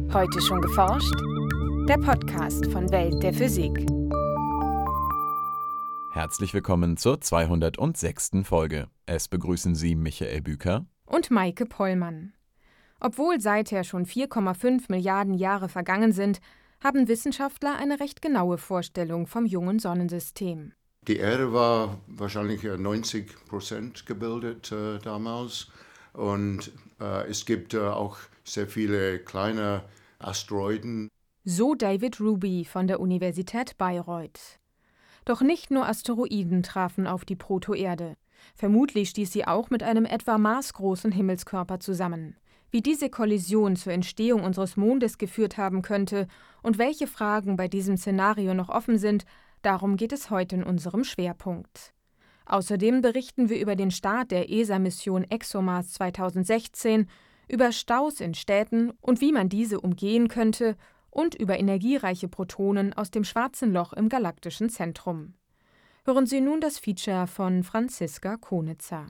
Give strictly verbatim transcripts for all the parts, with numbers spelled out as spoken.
Heute schon geforscht? Der Podcast von Welt der Physik. Herzlich willkommen zur zweihundertsechsten Folge. Es begrüßen Sie Michael Büker und Maike Pollmann. Obwohl seither schon vier Komma fünf Milliarden Jahre vergangen sind, haben Wissenschaftler eine recht genaue Vorstellung vom jungen Sonnensystem. Die Erde war wahrscheinlich neunzig Prozent gebildet äh, damals und äh, es gibt äh, auch sehr viele kleine Asteroiden. So David Ruby von der Universität Bayreuth. Doch nicht nur Asteroiden trafen auf die Protoerde. Vermutlich stieß sie auch mit einem etwa maßgroßen Himmelskörper zusammen. Wie diese Kollision zur Entstehung unseres Mondes geführt haben könnte und welche Fragen bei diesem Szenario noch offen sind, darum geht es heute in unserem Schwerpunkt. Außerdem berichten wir über den Start der E S A-Mission ExoMars zweitausendsechzehn, über Staus in Städten und wie man diese umgehen könnte und über energiereiche Protonen aus dem Schwarzen Loch im galaktischen Zentrum. Hören Sie nun das Feature von Franziska Konitzer.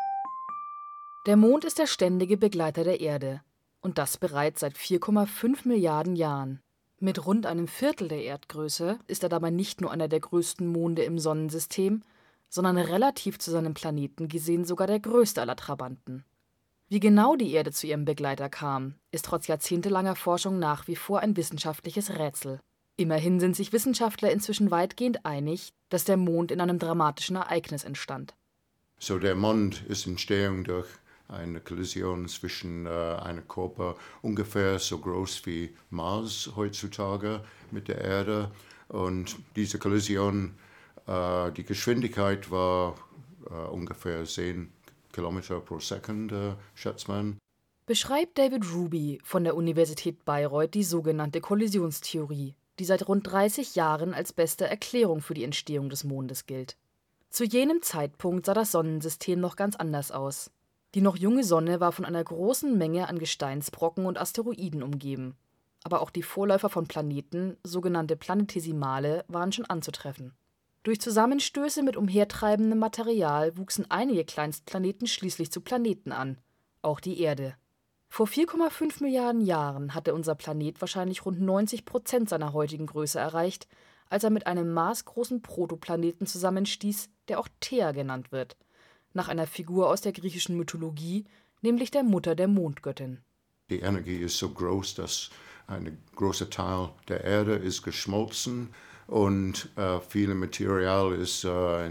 Der Mond ist der ständige Begleiter der Erde. Und das bereits seit vier Komma fünf Milliarden Jahren. Mit rund einem Viertel der Erdgröße ist er dabei nicht nur einer der größten Monde im Sonnensystem, sondern relativ zu seinem Planeten gesehen sogar der größte aller Trabanten. Wie genau die Erde zu ihrem Begleiter kam, ist trotz jahrzehntelanger Forschung nach wie vor ein wissenschaftliches Rätsel. Immerhin sind sich Wissenschaftler inzwischen weitgehend einig, dass der Mond in einem dramatischen Ereignis entstand. So, der Mond ist Entstehung durch eine Kollision zwischen äh, einem Körper ungefähr so groß wie Mars heutzutage mit der Erde. Und diese Kollision, äh, die Geschwindigkeit war äh, ungefähr zehn Kilometer pro Sekunde, schätzt man. Beschreibt David Ruby von der Universität Bayreuth die sogenannte Kollisionstheorie, die seit rund dreißig Jahren als beste Erklärung für die Entstehung des Mondes gilt. Zu jenem Zeitpunkt sah das Sonnensystem noch ganz anders aus. Die noch junge Sonne war von einer großen Menge an Gesteinsbrocken und Asteroiden umgeben. Aber auch die Vorläufer von Planeten, sogenannte Planetesimale, waren schon anzutreffen. Durch Zusammenstöße mit umhertreibendem Material wuchsen einige Kleinstplaneten schließlich zu Planeten an, auch die Erde. Vor vier Komma fünf Milliarden Jahren hatte unser Planet wahrscheinlich rund neunzig Prozent seiner heutigen Größe erreicht, als er mit einem maßgroßen Protoplaneten zusammenstieß, der auch Thea genannt wird, nach einer Figur aus der griechischen Mythologie, nämlich der Mutter der Mondgöttin. Die Energie ist so groß, dass ein großer Teil der Erde ist geschmolzen und äh, viel Material ist äh, äh,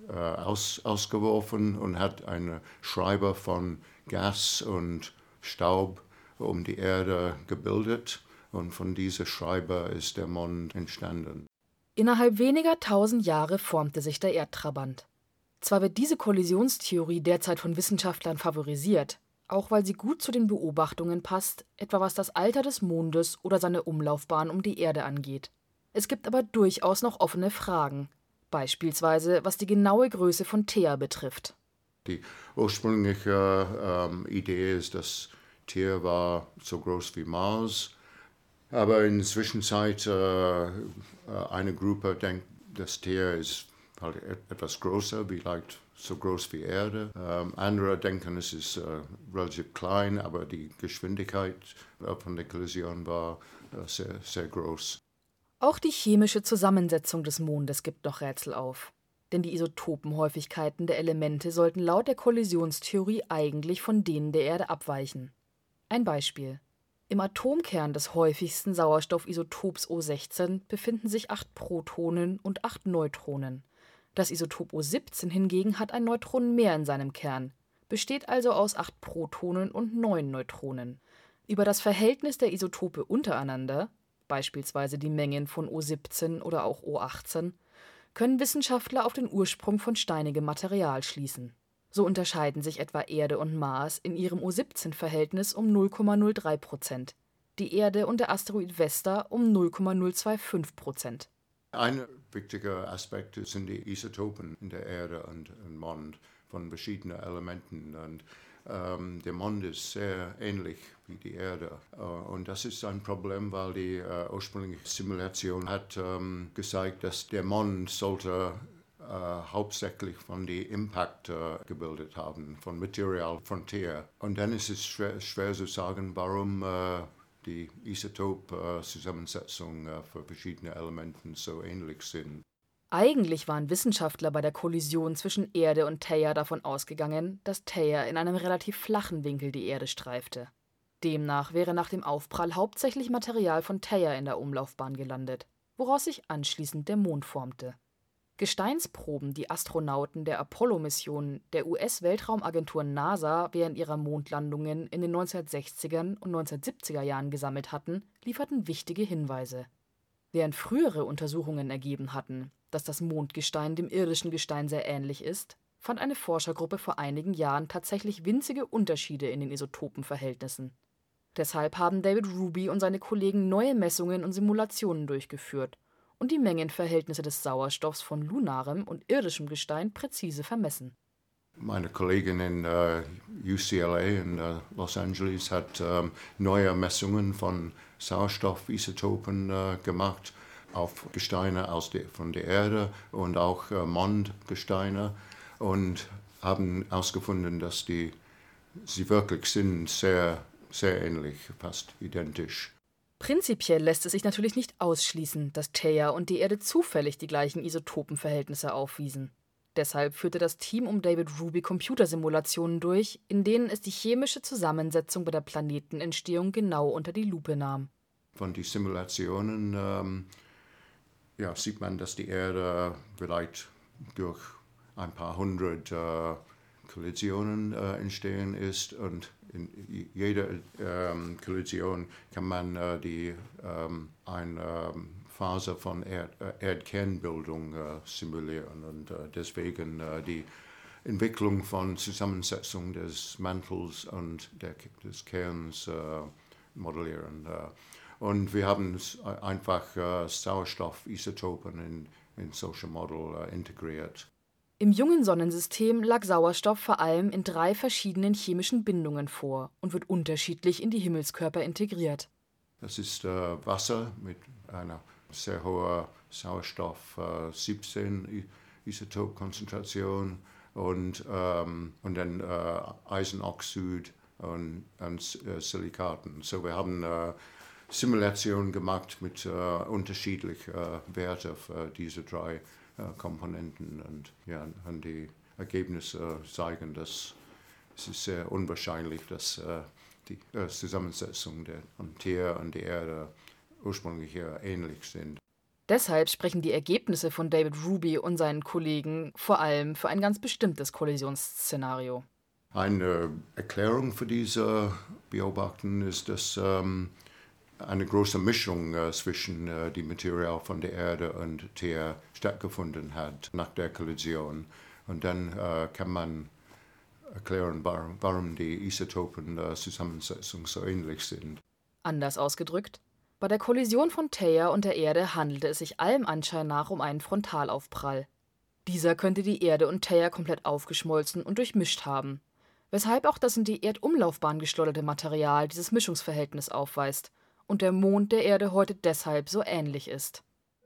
aus, ausgeworfen und hat eine Scheibe von Gas und Staub um die Erde gebildet. Und von dieser Scheibe ist der Mond entstanden. Innerhalb weniger tausend Jahre formte sich der Erdtrabant. Zwar wird diese Kollisionstheorie derzeit von Wissenschaftlern favorisiert, auch weil sie gut zu den Beobachtungen passt, etwa was das Alter des Mondes oder seine Umlaufbahn um die Erde angeht. Es gibt aber durchaus noch offene Fragen, beispielsweise was die genaue Größe von Thea betrifft. Die ursprüngliche ähm, Idee ist, dass Thea war so groß wie Mars, aber in der Zwischenzeit äh, eine Gruppe denkt, dass Thea ist halt etwas größer, vielleicht so groß wie Erde. Ähm, andere denken, es ist äh, relativ klein, aber die Geschwindigkeit äh, von der Kollision war äh, sehr, sehr groß. Auch die chemische Zusammensetzung des Mondes gibt noch Rätsel auf. Denn die Isotopenhäufigkeiten der Elemente sollten laut der Kollisionstheorie eigentlich von denen der Erde abweichen. Ein Beispiel. Im Atomkern des häufigsten Sauerstoffisotops O sechzehn befinden sich acht Protonen und acht Neutronen. Das Isotop O siebzehn hingegen hat ein Neutron mehr in seinem Kern, besteht also aus acht Protonen und neun Neutronen. Über das Verhältnis der Isotope untereinander, beispielsweise die Mengen von O siebzehn oder auch O achtzehn, können Wissenschaftler auf den Ursprung von steinigem Material schließen. So unterscheiden sich etwa Erde und Mars in ihrem O siebzehn-Verhältnis um null Komma null drei Prozent, die Erde und der Asteroid Vesta um null Komma null fünfundzwanzig Prozent. Ein wichtiger Aspekt sind die Isotopen in der Erde und im Mond von verschiedenen Elementen. Und ähm, der Mond ist sehr ähnlich wie die Erde. Uh, und das ist ein Problem, weil die uh, ursprüngliche Simulation hat ähm, gezeigt, dass der Mond sollte uh, hauptsächlich von den Impact uh, gebildet haben, von Material von Thea. Und dann ist es schwer, schwer zu sagen, warum uh, die Isotop-Zusammensetzung äh, für verschiedene Elemente so ähnlich sind. Eigentlich waren Wissenschaftler bei der Kollision zwischen Erde und Theia davon ausgegangen, dass Theia in einem relativ flachen Winkel die Erde streifte. Demnach wäre nach dem Aufprall hauptsächlich Material von Theia in der Umlaufbahn gelandet, woraus sich anschließend der Mond formte. Gesteinsproben, die Astronauten der Apollo-Mission der U S-Weltraumagentur NASA während ihrer Mondlandungen in den neunzehnhundertsechzigern und neunzehnhundertsiebziger Jahren gesammelt hatten, lieferten wichtige Hinweise. Während frühere Untersuchungen ergeben hatten, dass das Mondgestein dem irdischen Gestein sehr ähnlich ist, fand eine Forschergruppe vor einigen Jahren tatsächlich winzige Unterschiede in den Isotopenverhältnissen. Deshalb haben David Ruby und seine Kollegen neue Messungen und Simulationen durchgeführt und die Mengenverhältnisse des Sauerstoffs von lunarem und irdischem Gestein präzise vermessen. Meine Kollegin in uh, U C L A in uh, Los Angeles hat um, neue Messungen von Sauerstoffisotopen uh, gemacht auf Gesteine aus der, von der Erde und auch uh, Mondgesteine und haben herausgefunden, dass die, sie wirklich sind sehr, sehr ähnlich, fast identisch. Prinzipiell lässt es sich natürlich nicht ausschließen, dass Theia und die Erde zufällig die gleichen Isotopenverhältnisse aufwiesen. Deshalb führte das Team um David Ruby Computersimulationen durch, in denen es die chemische Zusammensetzung bei der Planetenentstehung genau unter die Lupe nahm. Von den Simulationen ähm, ja, sieht man, dass die Erde vielleicht durch ein paar hundert äh, Kollisionen äh, entstehen ist und in jeder ähm, Kollision kann man äh, die, ähm, eine ähm, Phase von Erd, äh, Erdkernbildung äh, simulieren und äh, deswegen äh, die Entwicklung von Zusammensetzung des Mantels und der, des Kerns äh, modellieren. Äh. Und wir haben einfach äh, Sauerstoffisotopen in, in solche Modelle äh, integriert. Im jungen Sonnensystem lag Sauerstoff vor allem in drei verschiedenen chemischen Bindungen vor und wird unterschiedlich in die Himmelskörper integriert. Das ist äh, Wasser mit einer sehr hohen Sauerstoff äh, siebzehn Isotopkonzentration und, ähm, und dann äh, Eisenoxid und, und äh, Silikaten. So wir haben äh, Simulationen gemacht mit äh, unterschiedlichen äh, Werten für diese drei Komponenten und, ja, und die Ergebnisse zeigen, dass es ist sehr unwahrscheinlich, dass äh, die äh, Zusammensetzung der Tier und der Erde ursprünglich äh, ähnlich sind. Deshalb sprechen die Ergebnisse von David Ruby und seinen Kollegen vor allem für ein ganz bestimmtes Kollisionsszenario. Eine Erklärung für diese Beobachtungen ist, dass ähm, eine große Mischung äh, zwischen äh, dem Material von der Erde und Tier stattgefunden hat nach der Kollision. Und dann äh, kann man erklären, warum, warum die Isotopen-Zusammensetzung so ähnlich sind. Anders ausgedrückt, bei der Kollision von Theia und der Erde handelte es sich allem Anschein nach um einen Frontalaufprall. Dieser könnte die Erde und Theia komplett aufgeschmolzen und durchmischt haben, weshalb auch das in die Erdumlaufbahn geschleuderte Material dieses Mischungsverhältnis aufweist und der Mond der Erde heute deshalb so ähnlich ist.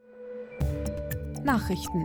Nachrichten.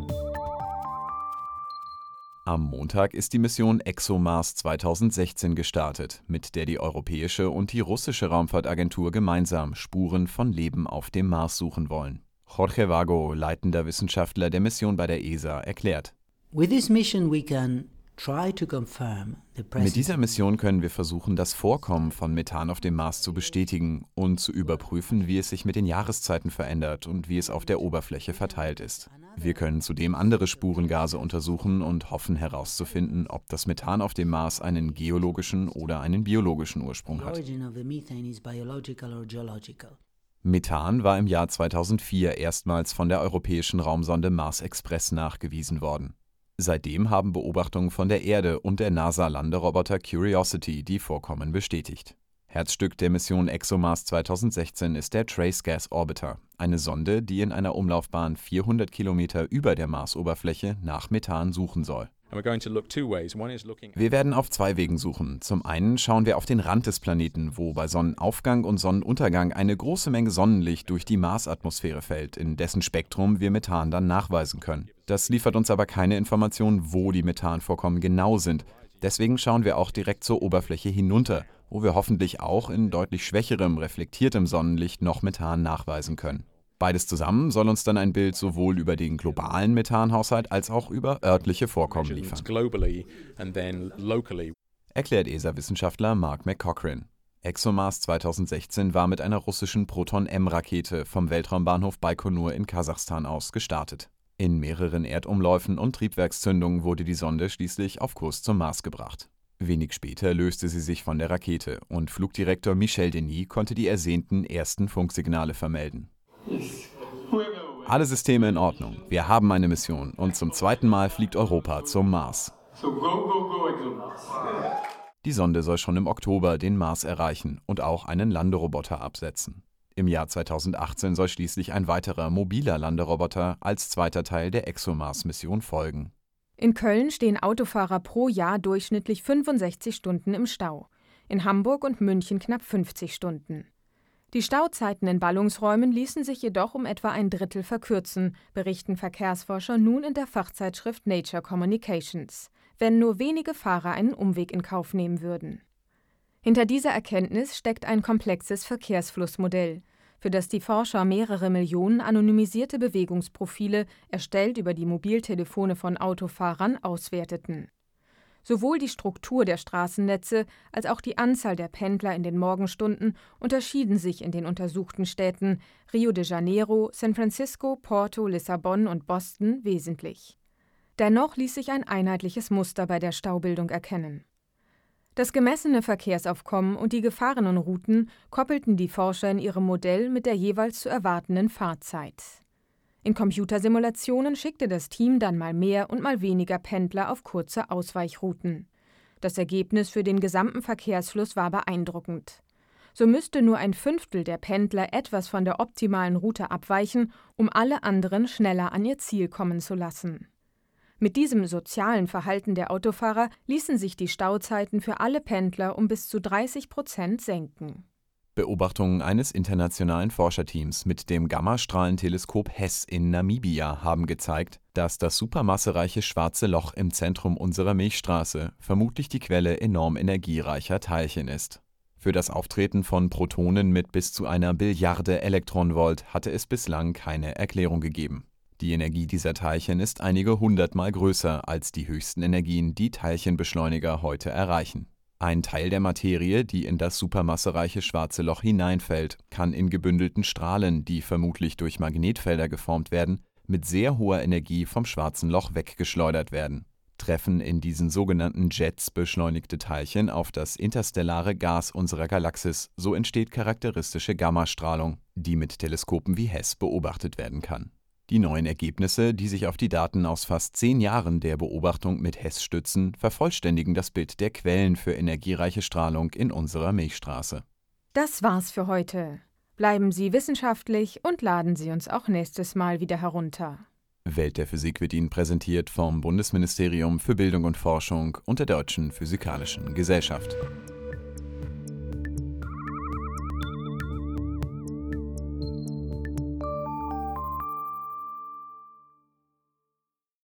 Am Montag ist die Mission ExoMars zweitausendsechzehn gestartet, mit der die europäische und die russische Raumfahrtagentur gemeinsam Spuren von Leben auf dem Mars suchen wollen. Jorge Vago, leitender Wissenschaftler der Mission bei der E S A, erklärt: With this mission we can try to confirm the presence. Mit dieser Mission können wir versuchen, das Vorkommen von Methan auf dem Mars zu bestätigen und zu überprüfen, wie es sich mit den Jahreszeiten verändert und wie es auf der Oberfläche verteilt ist. Wir können zudem andere Spurengase untersuchen und hoffen herauszufinden, ob das Methan auf dem Mars einen geologischen oder einen biologischen Ursprung hat. Methan war im Jahr zweitausendvier erstmals von der europäischen Raumsonde Mars Express nachgewiesen worden. Seitdem haben Beobachtungen von der Erde und der NASA-Landeroboter Curiosity die Vorkommen bestätigt. Herzstück der Mission ExoMars zweitausendsechzehn ist der Trace Gas Orbiter, eine Sonde, die in einer Umlaufbahn vierhundert Kilometer über der Marsoberfläche nach Methan suchen soll. Wir werden auf zwei Wegen suchen. Zum einen schauen wir auf den Rand des Planeten, wo bei Sonnenaufgang und Sonnenuntergang eine große Menge Sonnenlicht durch die Marsatmosphäre fällt, in dessen Spektrum wir Methan dann nachweisen können. Das liefert uns aber keine Information, wo die Methanvorkommen genau sind. Deswegen schauen wir auch direkt zur Oberfläche hinunter, wo wir hoffentlich auch in deutlich schwächerem, reflektiertem Sonnenlicht noch Methan nachweisen können. Beides zusammen soll uns dann ein Bild sowohl über den globalen Methanhaushalt als auch über örtliche Vorkommen liefern, erklärt E S A-Wissenschaftler Mark McCaughrean. ExoMars zweitausendsechzehn war mit einer russischen Proton-M-Rakete vom Weltraumbahnhof Baikonur in Kasachstan aus gestartet. In mehreren Erdumläufen und Triebwerkszündungen wurde die Sonde schließlich auf Kurs zum Mars gebracht. Wenig später löste sie sich von der Rakete und Flugdirektor Michel Denis konnte die ersehnten ersten Funksignale vermelden. Alle Systeme in Ordnung. Wir haben eine Mission und zum zweiten Mal fliegt Europa zum Mars. Die Sonde soll schon im Oktober den Mars erreichen und auch einen Landeroboter absetzen. Im Jahr zweitausendachtzehn soll schließlich ein weiterer mobiler Landeroboter als zweiter Teil der ExoMars-Mission folgen. In Köln stehen Autofahrer pro Jahr durchschnittlich fünfundsechzig Stunden im Stau. In Hamburg und München knapp fünfzig Stunden. Die Stauzeiten in Ballungsräumen ließen sich jedoch um etwa ein Drittel verkürzen, berichten Verkehrsforscher nun in der Fachzeitschrift Nature Communications, wenn nur wenige Fahrer einen Umweg in Kauf nehmen würden. Hinter dieser Erkenntnis steckt ein komplexes Verkehrsflussmodell, für das die Forscher mehrere Millionen anonymisierte Bewegungsprofile, erstellt über die Mobiltelefone von Autofahrern, auswerteten. Sowohl die Struktur der Straßennetze als auch die Anzahl der Pendler in den Morgenstunden unterschieden sich in den untersuchten Städten Rio de Janeiro, San Francisco, Porto, Lissabon und Boston wesentlich. Dennoch ließ sich ein einheitliches Muster bei der Staubildung erkennen. Das gemessene Verkehrsaufkommen und die gefahrenen Routen koppelten die Forscher in ihrem Modell mit der jeweils zu erwartenden Fahrzeit. In Computersimulationen schickte das Team dann mal mehr und mal weniger Pendler auf kurze Ausweichrouten. Das Ergebnis für den gesamten Verkehrsfluss war beeindruckend. So müsste nur ein Fünftel der Pendler etwas von der optimalen Route abweichen, um alle anderen schneller an ihr Ziel kommen zu lassen. Mit diesem sozialen Verhalten der Autofahrer ließen sich die Stauzeiten für alle Pendler um bis zu dreißig Prozent senken. Beobachtungen eines internationalen Forscherteams mit dem Gammastrahlenteleskop HESS in Namibia haben gezeigt, dass das supermassereiche Schwarze Loch im Zentrum unserer Milchstraße vermutlich die Quelle enorm energiereicher Teilchen ist. Für das Auftreten von Protonen mit bis zu einer Billiarde Elektronenvolt hatte es bislang keine Erklärung gegeben. Die Energie dieser Teilchen ist einige hundertmal größer als die höchsten Energien, die Teilchenbeschleuniger heute erreichen. Ein Teil der Materie, die in das supermassereiche Schwarze Loch hineinfällt, kann in gebündelten Strahlen, die vermutlich durch Magnetfelder geformt werden, mit sehr hoher Energie vom Schwarzen Loch weggeschleudert werden. Treffen in diesen sogenannten Jets beschleunigte Teilchen auf das interstellare Gas unserer Galaxis, so entsteht charakteristische Gammastrahlung, die mit Teleskopen wie HESS beobachtet werden kann. Die neuen Ergebnisse, die sich auf die Daten aus fast zehn Jahren der Beobachtung mit HESS stützen, vervollständigen das Bild der Quellen für energiereiche Strahlung in unserer Milchstraße. Das war's für heute. Bleiben Sie wissenschaftlich und laden Sie uns auch nächstes Mal wieder herunter. Welt der Physik wird Ihnen präsentiert vom Bundesministerium für Bildung und Forschung und der Deutschen Physikalischen Gesellschaft.